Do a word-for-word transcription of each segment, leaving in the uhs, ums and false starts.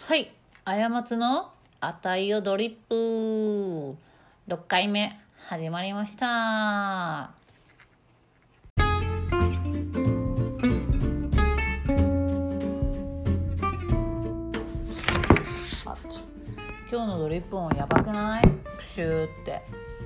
はい、あやまつのあたいよドリップろっかいめ始まりました。あち今日のドリップ音やばくない？プシューって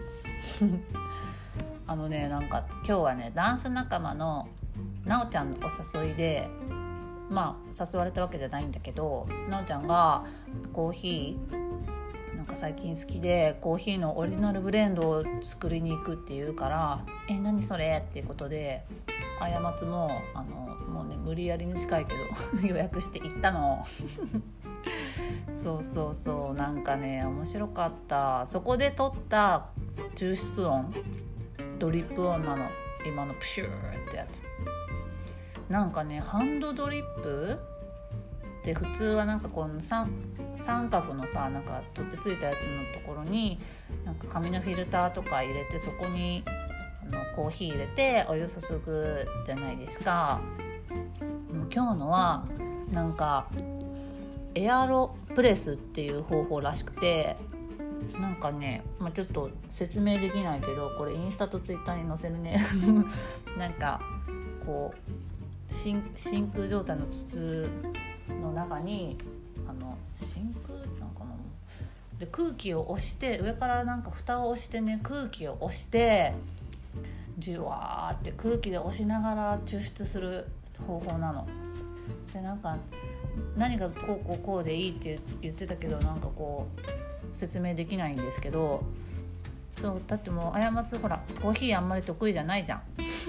あのねなんか今日はねダンス仲間のなおちゃんのお誘いでまあ誘われたわけじゃないんだけど、なおちゃんがコーヒーなんか最近好きでコーヒーのオリジナルブレンドを作りに行くっていうから、え何それっていうことであやまつもあのもうね無理やりに近いけど予約して行ったのそうそうそうなんかね面白かった。そこで撮った抽出音ドリップ音なの、今のプシューってやつ。なんかねハンドドリップって普通はなんかこの 三, 三角のさなんか取ってついたやつのところになんか紙のフィルターとか入れて、そこにあのコーヒー入れてお湯注ぐじゃないですか。今日のはなんかエアロプレスっていう方法らしくて、なんかね、まあ、ちょっと説明できないけどこれインスタとツイッターに載せるねなんかこう真, 真空状態の筒の中にあの真空なんかなで空気を押して上からなんか蓋を押してね空気を押してジュワーって空気で押しながら抽出する方法なの。でなんか何がこうこうこうでいいって言ってたけどなんかこう説明できないんですけど、そうだってもうあやまつほらコーヒーあんまり得意じゃないじゃん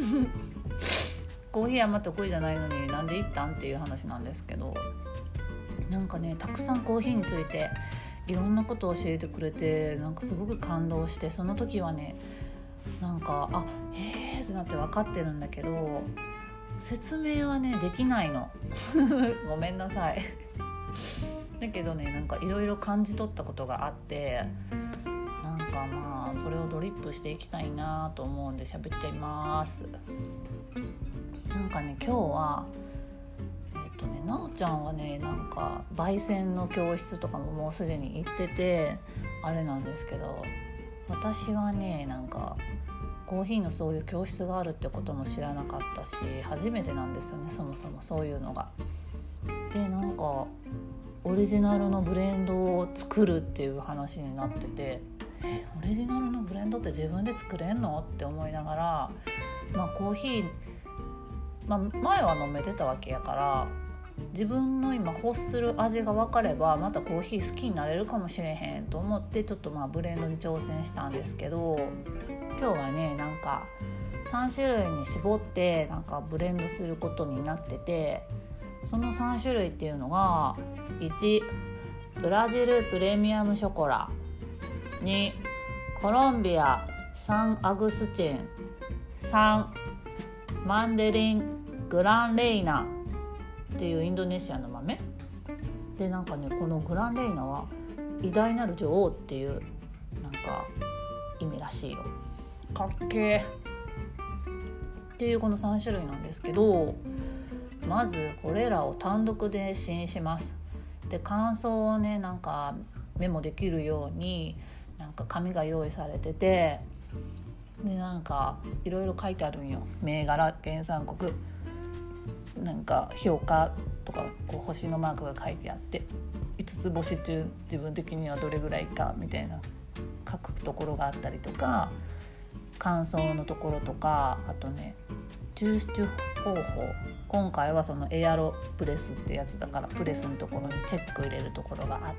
コーヒーあんま得意じゃないのになんで行ったんっていう話なんですけど、なんかねたくさんコーヒーについていろんなことを教えてくれてなんかすごく感動して、その時はねなんかあへーってなって分かってるんだけど説明はねできないのごめんなさいだけどねなんかいろいろ感じ取ったことがあって、なんかまあそれをドリップしていきたいなと思うんで喋っちゃいます。なんかね今日はえっとねなおちゃんはねなんか焙煎の教室とかももうすでに行っててあれなんですけど、私はねなんかコーヒーのそういう教室があるってことも知らなかったし初めてなんですよね、そもそもそういうのが。でなんかオリジナルのブレンドを作るっていう話になってて、えオリジナルのブレンドって自分で作れんのって思いながら、まあコーヒーまあ、前は飲めてたわけやから自分の今欲する味が分かればまたコーヒー好きになれるかもしれへんと思ってちょっとまあブレンドに挑戦したんですけど、今日はねなんかさん種類に絞ってなんかブレンドすることになってて、そのさん種類っていうのがいちブラジルプレミアムショコラ、にコロンビアサンアグスチン、さんマンデリングランレイナっていうインドネシアの豆で、なんかねこのグランレイナは偉大なる女王っていうなんか意味らしいよ。かっけーっていうこのさん種類なんですけど、まずこれらを単独で試飲します。で感想をねなんかメモできるようになんか紙が用意されてて、でなんかいろいろ書いてあるんよ。銘柄、原産国、なんか評価とかこう星のマークが書いてあって、いつつ星中自分的にはどれぐらいかみたいな書くところがあったりとか、感想のところとか、あとね抽出方法、今回はそのエアロプレスってやつだからプレスのところにチェック入れるところがあって、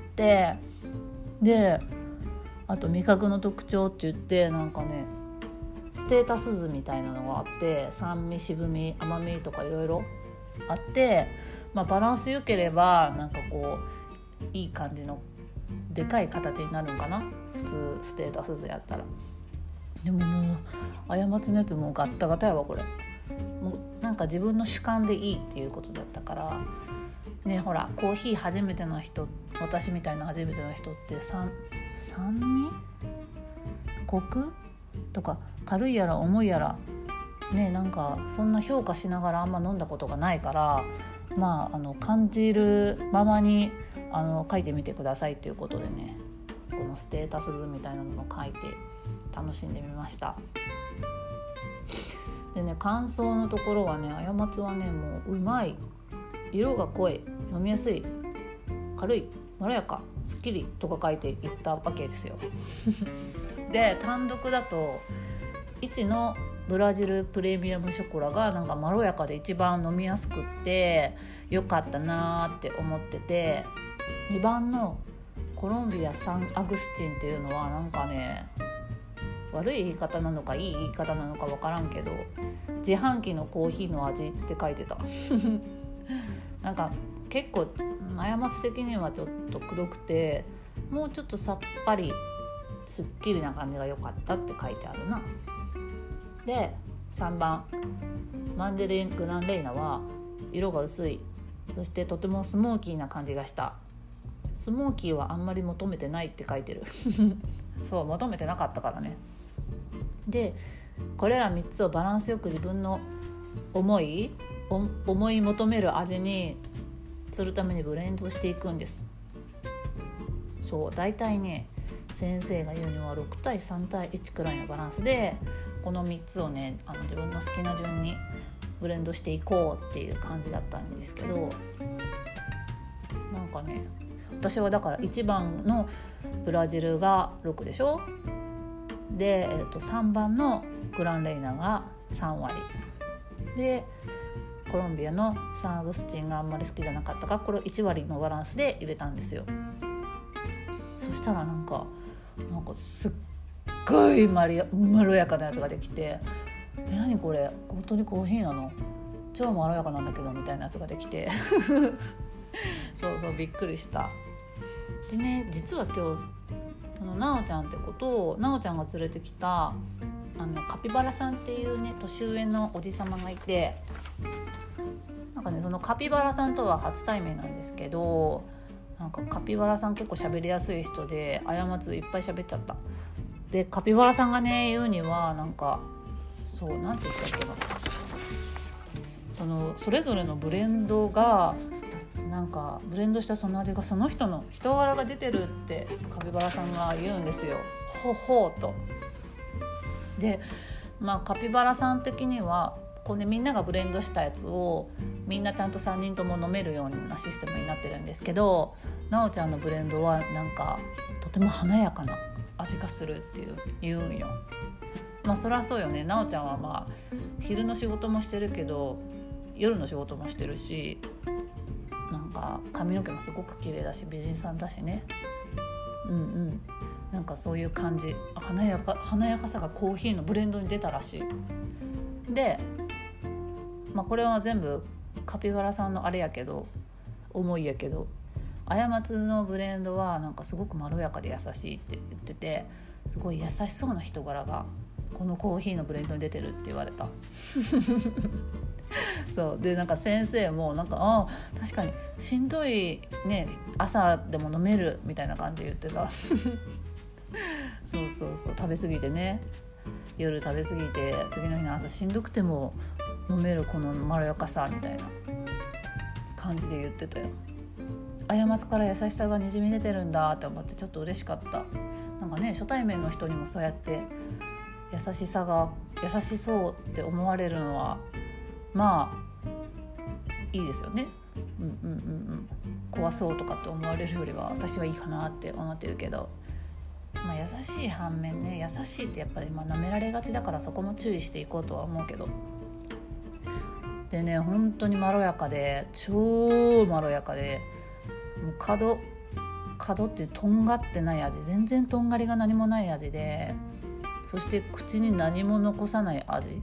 であと味覚の特徴って言ってなんかねステータス図みたいなのがあって、酸味、渋み、甘みとかいろいろあって、まあ、バランス良ければなんかこういい感じのでかい形になるんかな、普通ステータス図やったら。でももうあやまつのやつもうガッタガタやわこれ。もうなんか自分の主観でいいっていうことだったからね。ほらコーヒー初めての人、私みたいな初めての人って酸味コクとか軽いやら重いやらね、なんかそんな評価しながらあんま飲んだことがないから、まああの感じるままにあの書いてみてくださいっていうことでね、このステータス図みたいなのを書いて楽しんでみました。でね、感想のところはね、あやまつはねもううまい、色が濃い、飲みやすい、軽い、まろやか、すっきりとか書いていったわけですよで単独だといちのブラジルプレミアムショコラがなんかまろやかで一番飲みやすくってよかったなって思ってて、にばんのコロンビアサンアグスティンっていうのはなんかね、悪い言い方なのかいい言い方なのか分からんけど、自販機のコーヒーの味って書いてたなんか結構過ち的にはちょっとくどくて、もうちょっとさっぱりすっきりな感じが良かったって書いてあるな。でさんばんマンデリングランレイナは色が薄い、そしてとてもスモーキーな感じがした。スモーキーはあんまり求めてないって書いてるそう求めてなかったからね。でこれらみっつをバランスよく自分の思い思い求める味にするためにブレンドしていくんです。そうだいたいね、先生が言うにはろくたいさんたいいちくらいのバランスでこのみっつをね、あの自分の好きな順にブレンドしていこうっていう感じだったんですけど、なんかね、私はだからいちばんのブラジルがろくでしょ、で、えー、とさんばんのグランレイナがさんわりで、コロンビアのサンアグスティンがあんまり好きじゃなかったから、これをいちわりのバランスで入れたんですよ。そしたらなんかなんかすっごいまろやかなやつができて、え何これ本当にコーヒーなの、超まろやかなんだけどみたいなやつができてそうそうびっくりした。でね、実は今日そのなおちゃんってことをなおちゃんが連れてきたあのカピバラさんっていうね年上のおじさまがいて、なんかねそのカピバラさんとは初対面なんですけど、なんかカピバラさん結構喋りやすい人で、過ちいっぱい喋っちゃった。でカピバラさんがね言うにはなんかそうなんて言ったっけな、そのそれぞれのブレンドがなんかブレンドしたその味がその人の人柄が出てるってカピバラさんが言うんですよ。ほほうと。でまあカピバラさん的にはこう、ね、みんながブレンドしたやつをみんなちゃんとさんにんとも飲めるようなシステムになってるんですけど、なおちゃんのブレンドはなんかとても華やかな味がするっていう言うんよ。まあそりゃそうよね。なおちゃんはまあ昼の仕事もしてるけど夜の仕事もしてるし、なんか髪の毛もすごく綺麗だし美人さんだしね。うんうん。なんかそういう感じ、華やか、華やかさがコーヒーのブレンドに出たらしい。で、まあこれは全部カピバラさんのあれやけど、思いやけど、過ちのブレンドはなんかすごくまろやかで優しいって言ってて、すごい優しそうな人柄がこのコーヒーのブレンドに出てるって言われたそうで、なんか先生もなんかあ確かにしんどいね朝でも飲めるみたいな感じで言ってたそうそうそう、食べ過ぎてね、夜食べ過ぎて次の日の朝しんどくても飲めるこのまろやかさみたいな感じで言ってたよ。過ちから優しさがにじみ出てるんだって思ってちょっと嬉しかった。なんかね初対面の人にもそうやって優しさが優しそうって思われるのはまあいいですよね。うんうんうんうん。怖そうとかって思われるよりは私はいいかなって思ってるけど、まあ優しい反面ね、優しいってやっぱりまあ舐められがちだからそこも注意していこうとは思うけど。でね、本当にまろやかで超まろやかで、もう角角ってとんがってない味、全然とんがりが何もない味で、そして口に何も残さない味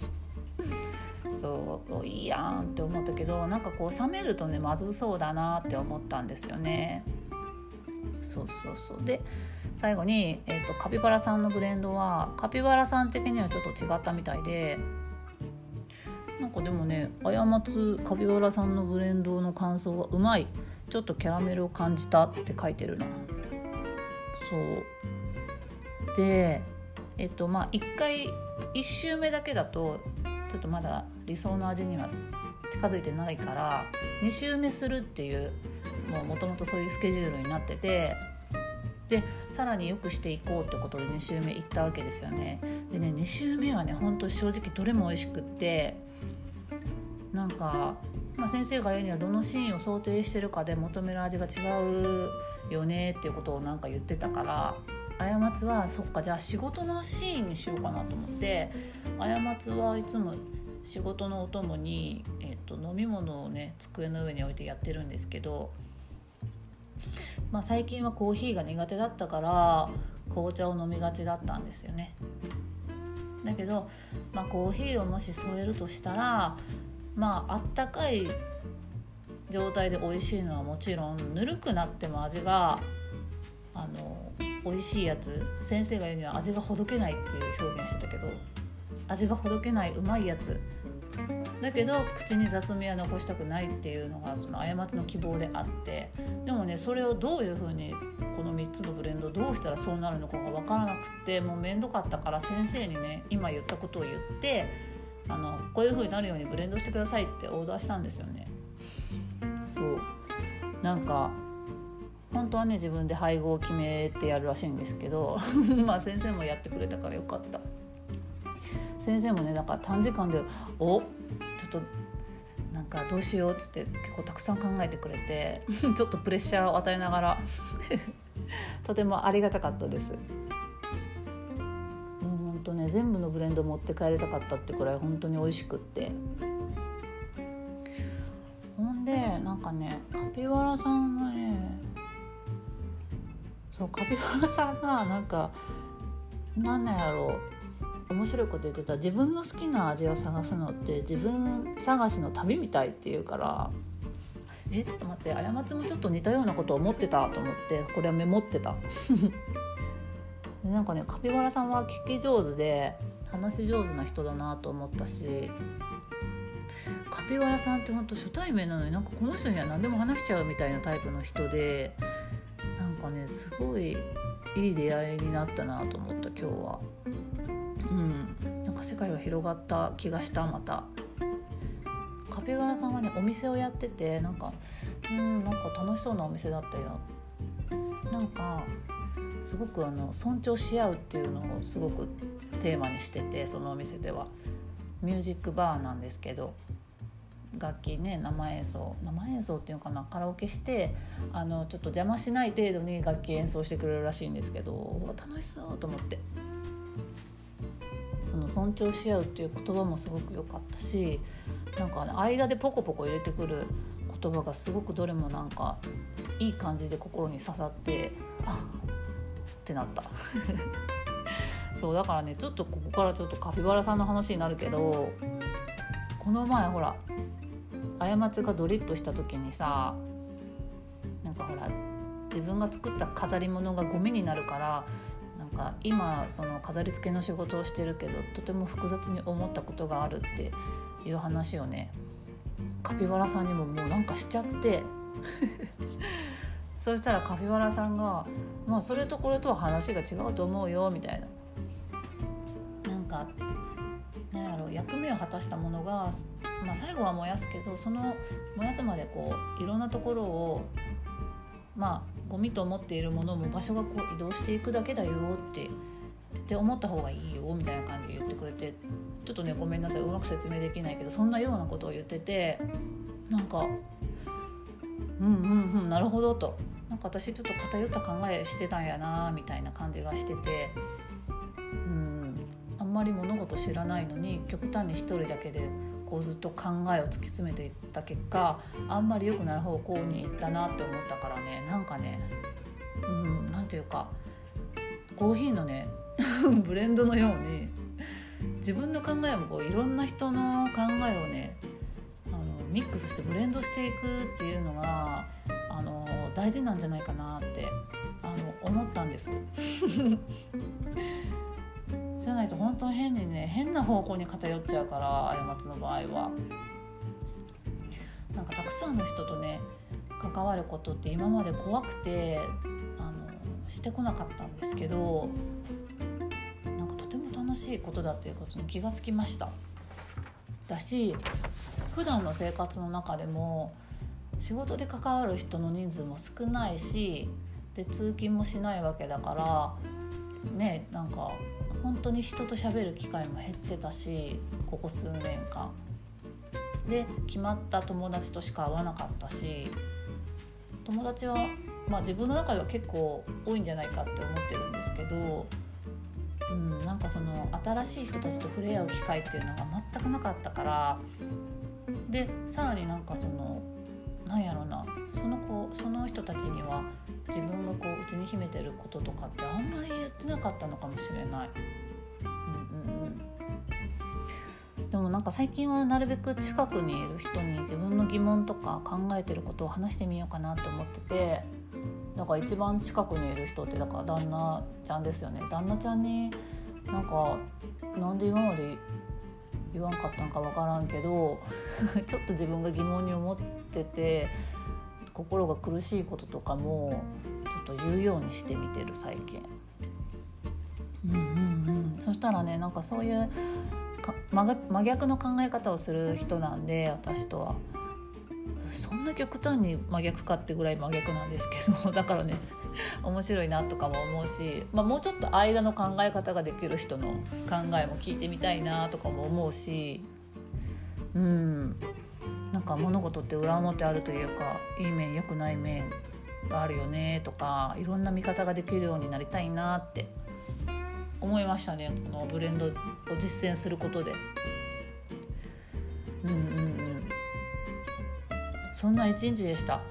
そういいやんって思ったけど、なんかこう冷めるとねまずそうだなって思ったんですよね。そうそうそう。で最後に、えーと、カピバラさんのブレンドはカピバラさん的にはちょっと違ったみたいで、なんかでもね、過ちカピバラさんのブレンドの感想はうまい、ちょっとキャラメルを感じたって書いてるな。そうで、えっとまあいっかいいっ周目だけだとちょっとまだ理想の味には近づいてないから、に周目するっていうもともとそういうスケジュールになってて、でさらに良くしていこうってことでに週目行ったわけですよね。でねに週目はね本当正直どれも美味しくって、なんか、まあ、先生が言うにはどのシーンを想定してるかで求める味が違うよねっていうことをなんか言ってたから、過松はそっかじゃあ仕事のシーンにしようかなと思って、過松はいつも仕事のお供に、えー、と飲み物をね机の上に置いてやってるんですけど、まあ、最近はコーヒーが苦手だったから紅茶を飲みがちだったんですよね。だけど、まあ、コーヒーをもし添えるとしたら、まああったかい状態で美味しいのはもちろん、ぬるくなっても味があの美味しいやつ、先生が言うには味がほどけないっていう表現してたけど、味がほどけないうまいやつだけど口に雑味は残したくないっていうのがその過ちの希望であって、でもねそれをどういう風にこのみっつのブレンドをどうしたらそうなるのかが分からなくて、もうめんどかったから先生にね今言ったことを言って、あのこういう風になるようにブレンドしてくださいってオーダーしたんですよね。そうなんか本当はね自分で配合を決めてやるらしいんですけどまあ先生もやってくれたからよかった。先生もねだから短時間でおちょっとなんかどうしようっつって結構たくさん考えてくれてちょっとプレッシャーを与えながらとてもありがたかったです。もう本当ね全部のブレンド持って帰りたかったってくらい本当に美味しくって、ほんでなんかねカピバラさんがねそうカピバラさんがなんかなんなんやろう面白いこと言ってた。自分の好きな味を探すのって自分探しの旅みたいって言うから、えちょっと待って、過ちもちょっと似たようなことを思ってたと思ってこれはメモってたでなんかねカピバラさんは聞き上手で話し上手な人だなと思ったし、カピバラさんってほんと初対面なのになんかこの人には何でも話しちゃうみたいなタイプの人で、なんかねすごいいい出会いになったなと思った今日は。うん、なんか世界が広がった気がした。またカピバラさんはねお店をやってて、なんかうんなんか楽しそうなお店だったよ。なんかすごくあの尊重し合うっていうのをすごくテーマにしてて、そのお店ではミュージックバーなんですけど、楽器ね生演奏生演奏っていうのかな、カラオケしてあのちょっと邪魔しない程度に楽器演奏してくれるらしいんですけど、楽しそうと思って、その尊重し合うっていう言葉もすごく良かったし、なんか、ね、間でポコポコ入れてくる言葉がすごくどれもなんかいい感じで心に刺さって、あってなったそうだからねちょっとここからちょっとカピバラさんの話になるけど、この前ほら過ちがドリップした時にさ、なんかほら自分が作った飾り物がゴミになるから、なんか今その飾り付けの仕事をしてるけどとても複雑に思ったことがあるっていう話をねカピバラさんにももうなんかしちゃってそしたらカピバラさんがまあそれとこれとは話が違うと思うよみたいな、なんかなんやろ役目を果たしたものが、まあ、最後は燃やすけどその燃やすまでこういろんなところをまあゴミと思っているものも場所がこう移動していくだけだよってって思った方がいいよみたいな感じで言ってくれて、ちょっとねごめんなさいうまく説明できないけどそんなようなことを言ってて、なんかうんうんうんなるほどと、なんか私ちょっと偏った考えしてたんやなみたいな感じがしてて、うんあんまり物事知らないのに極端に一人だけでこうずっと考えを突き詰めていった結果あんまり良くない方向に行ったなって思ったからね、なんかねうんなんていうかコーヒーのねブレンドのように自分の考えもこういろんな人の考えをねあのミックスしてブレンドしていくっていうのがあの大事なんじゃないかなってあの思ったんですじゃないと本当に変にね変な方向に偏っちゃうから、過ちの場合はなんかたくさんの人とね関わることって今まで怖くてあのしてこなかったんですけど、なんかとても楽しいことだっていうことに気がつきました。だし普段の生活の中でも仕事で関わる人の人数も少ないし、で通勤もしないわけだからね、なんか本当に人と喋る機会も減ってたし、ここ数年間で決まった友達としか会わなかったし、友達は、まあ、自分の中では結構多いんじゃないかって思ってるんですけど、うん、なんかその新しい人たちと触れ合う機会っていうのが全くなかったから、でさらになんかそのなんやろな、その子その人たちには自分がこう内に秘めてることとかってあんまり言ってなかったのかもしれない。うんうんうん、でもなんか最近はなるべく近くにいる人に自分の疑問とか考えてることを話してみようかなと思ってて、だから一番近くにいる人ってだから旦那ちゃんですよね。旦那ちゃんになんかなんで今まで言わんかったんか分からんけどちょっと自分が疑問に思ってて心が苦しいこととかもちょっと言うようにしてみてる最近。うんうんうん、そしたらね、なんかそういうか真逆の考え方をする人なんで、私とはそんな極端に真逆かってぐらい真逆なんですけどだからね面白いなとかも思うし、まあ、もうちょっと間の考え方ができる人の考えも聞いてみたいなとかも思うし、うん、なんか物事って裏表あるというか、いい面良くない面があるよねとか、いろんな見方ができるようになりたいなって思いましたね、このブレンドを実践することで。うんうんうん、そんな一日でした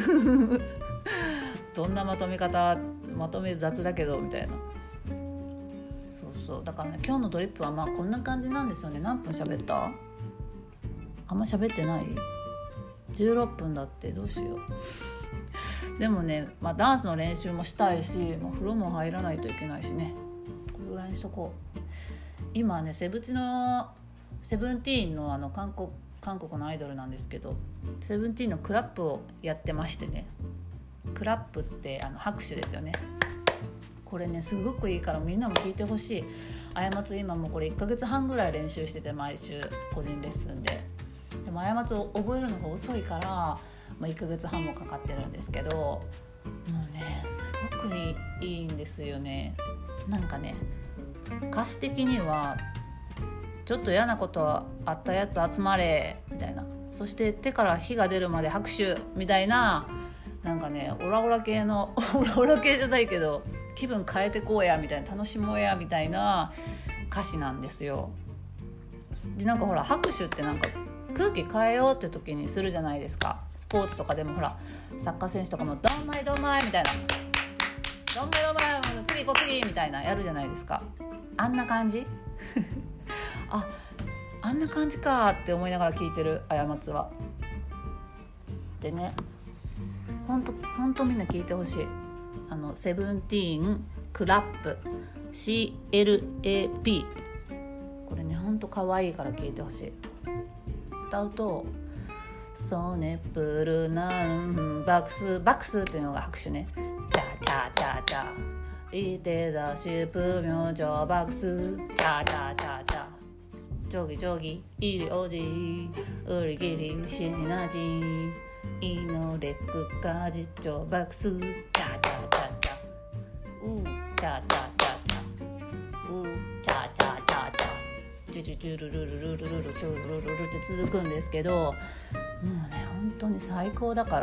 どんなまとめ方、まとめ雑だけどみたいな。そうそうだからね、今日のドリップはまあこんな感じなんですよね。何分喋った？あんま喋ってない？じゅうろっぷんだって、どうしようでもね、まあ、ダンスの練習もしたいし、もう風呂も入らないといけないしね、これぐらいにしとこう。今ね、セブチのセブンティーンのあの韓国韓国のアイドルなんですけど、セブンティーンのクラップをやってましてね、クラップってあの拍手ですよね。これねすごくいいからみんなも聞いてほしい。あやまつ今もこれいっかげつはんぐらい練習してて、毎週個人レッスンで。でもあやまつを覚えるのが遅いから、まあ、いっかげつはんもかかってるんですけど、もうねすごくいい、いいんですよね。なんかね、歌詞的にはちょっと嫌なことあったやつ集まれみたいな、そして手から火が出るまで拍手みたいな、なんかねオラオラ系のオラオラ系じゃないけど気分変えてこうやみたいな、楽しもうやみたいな歌詞なんですよ。でなんかほら拍手ってなんか空気変えようって時にするじゃないですか。スポーツとかでもほらサッカー選手とかもドンマイドンマイみたいな、ドンマイドンマイ次こ次みたいなやるじゃないですか。あんな感じああんな感じかって思いながら聞いてるあやまつは。でね、ほんとほんとみんな聞いてほしい。あのセブンティーンクラップ シーエルエーピー、 これねほんと可愛いから聞いてほしい。歌うとソネプルナンバックスバックスっていうのが拍手ね。チャチャチャチャイテダシプミョジョバックスチャチャチャチャジョギジョギイリオジウリギリシナジイノレクカジチョバックスチャチャチャチャウチャチャチャチャウチャチャチャチャジュジュジュルルルルルルルチュルルルルって続くんですけど、もうね本当に最高だから、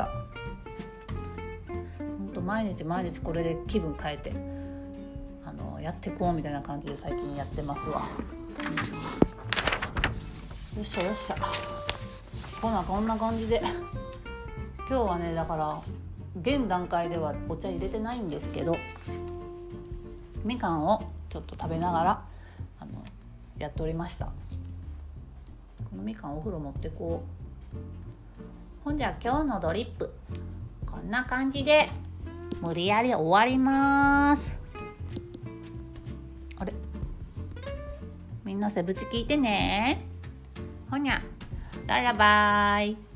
本当毎日毎日これで気分変えてあのやってこうみたいな感じで最近やってますわ。よっしゃよっしゃ、ほなこんな感じで今日はね、だから現段階ではお茶入れてないんですけど、みかんをちょっと食べながらあのやっておりました。このみかんお風呂持ってこう。ほんじゃ今日のドリップこんな感じで無理やり終わります。あれ、みんなセブチ聞いてね。ほにゃララバイ。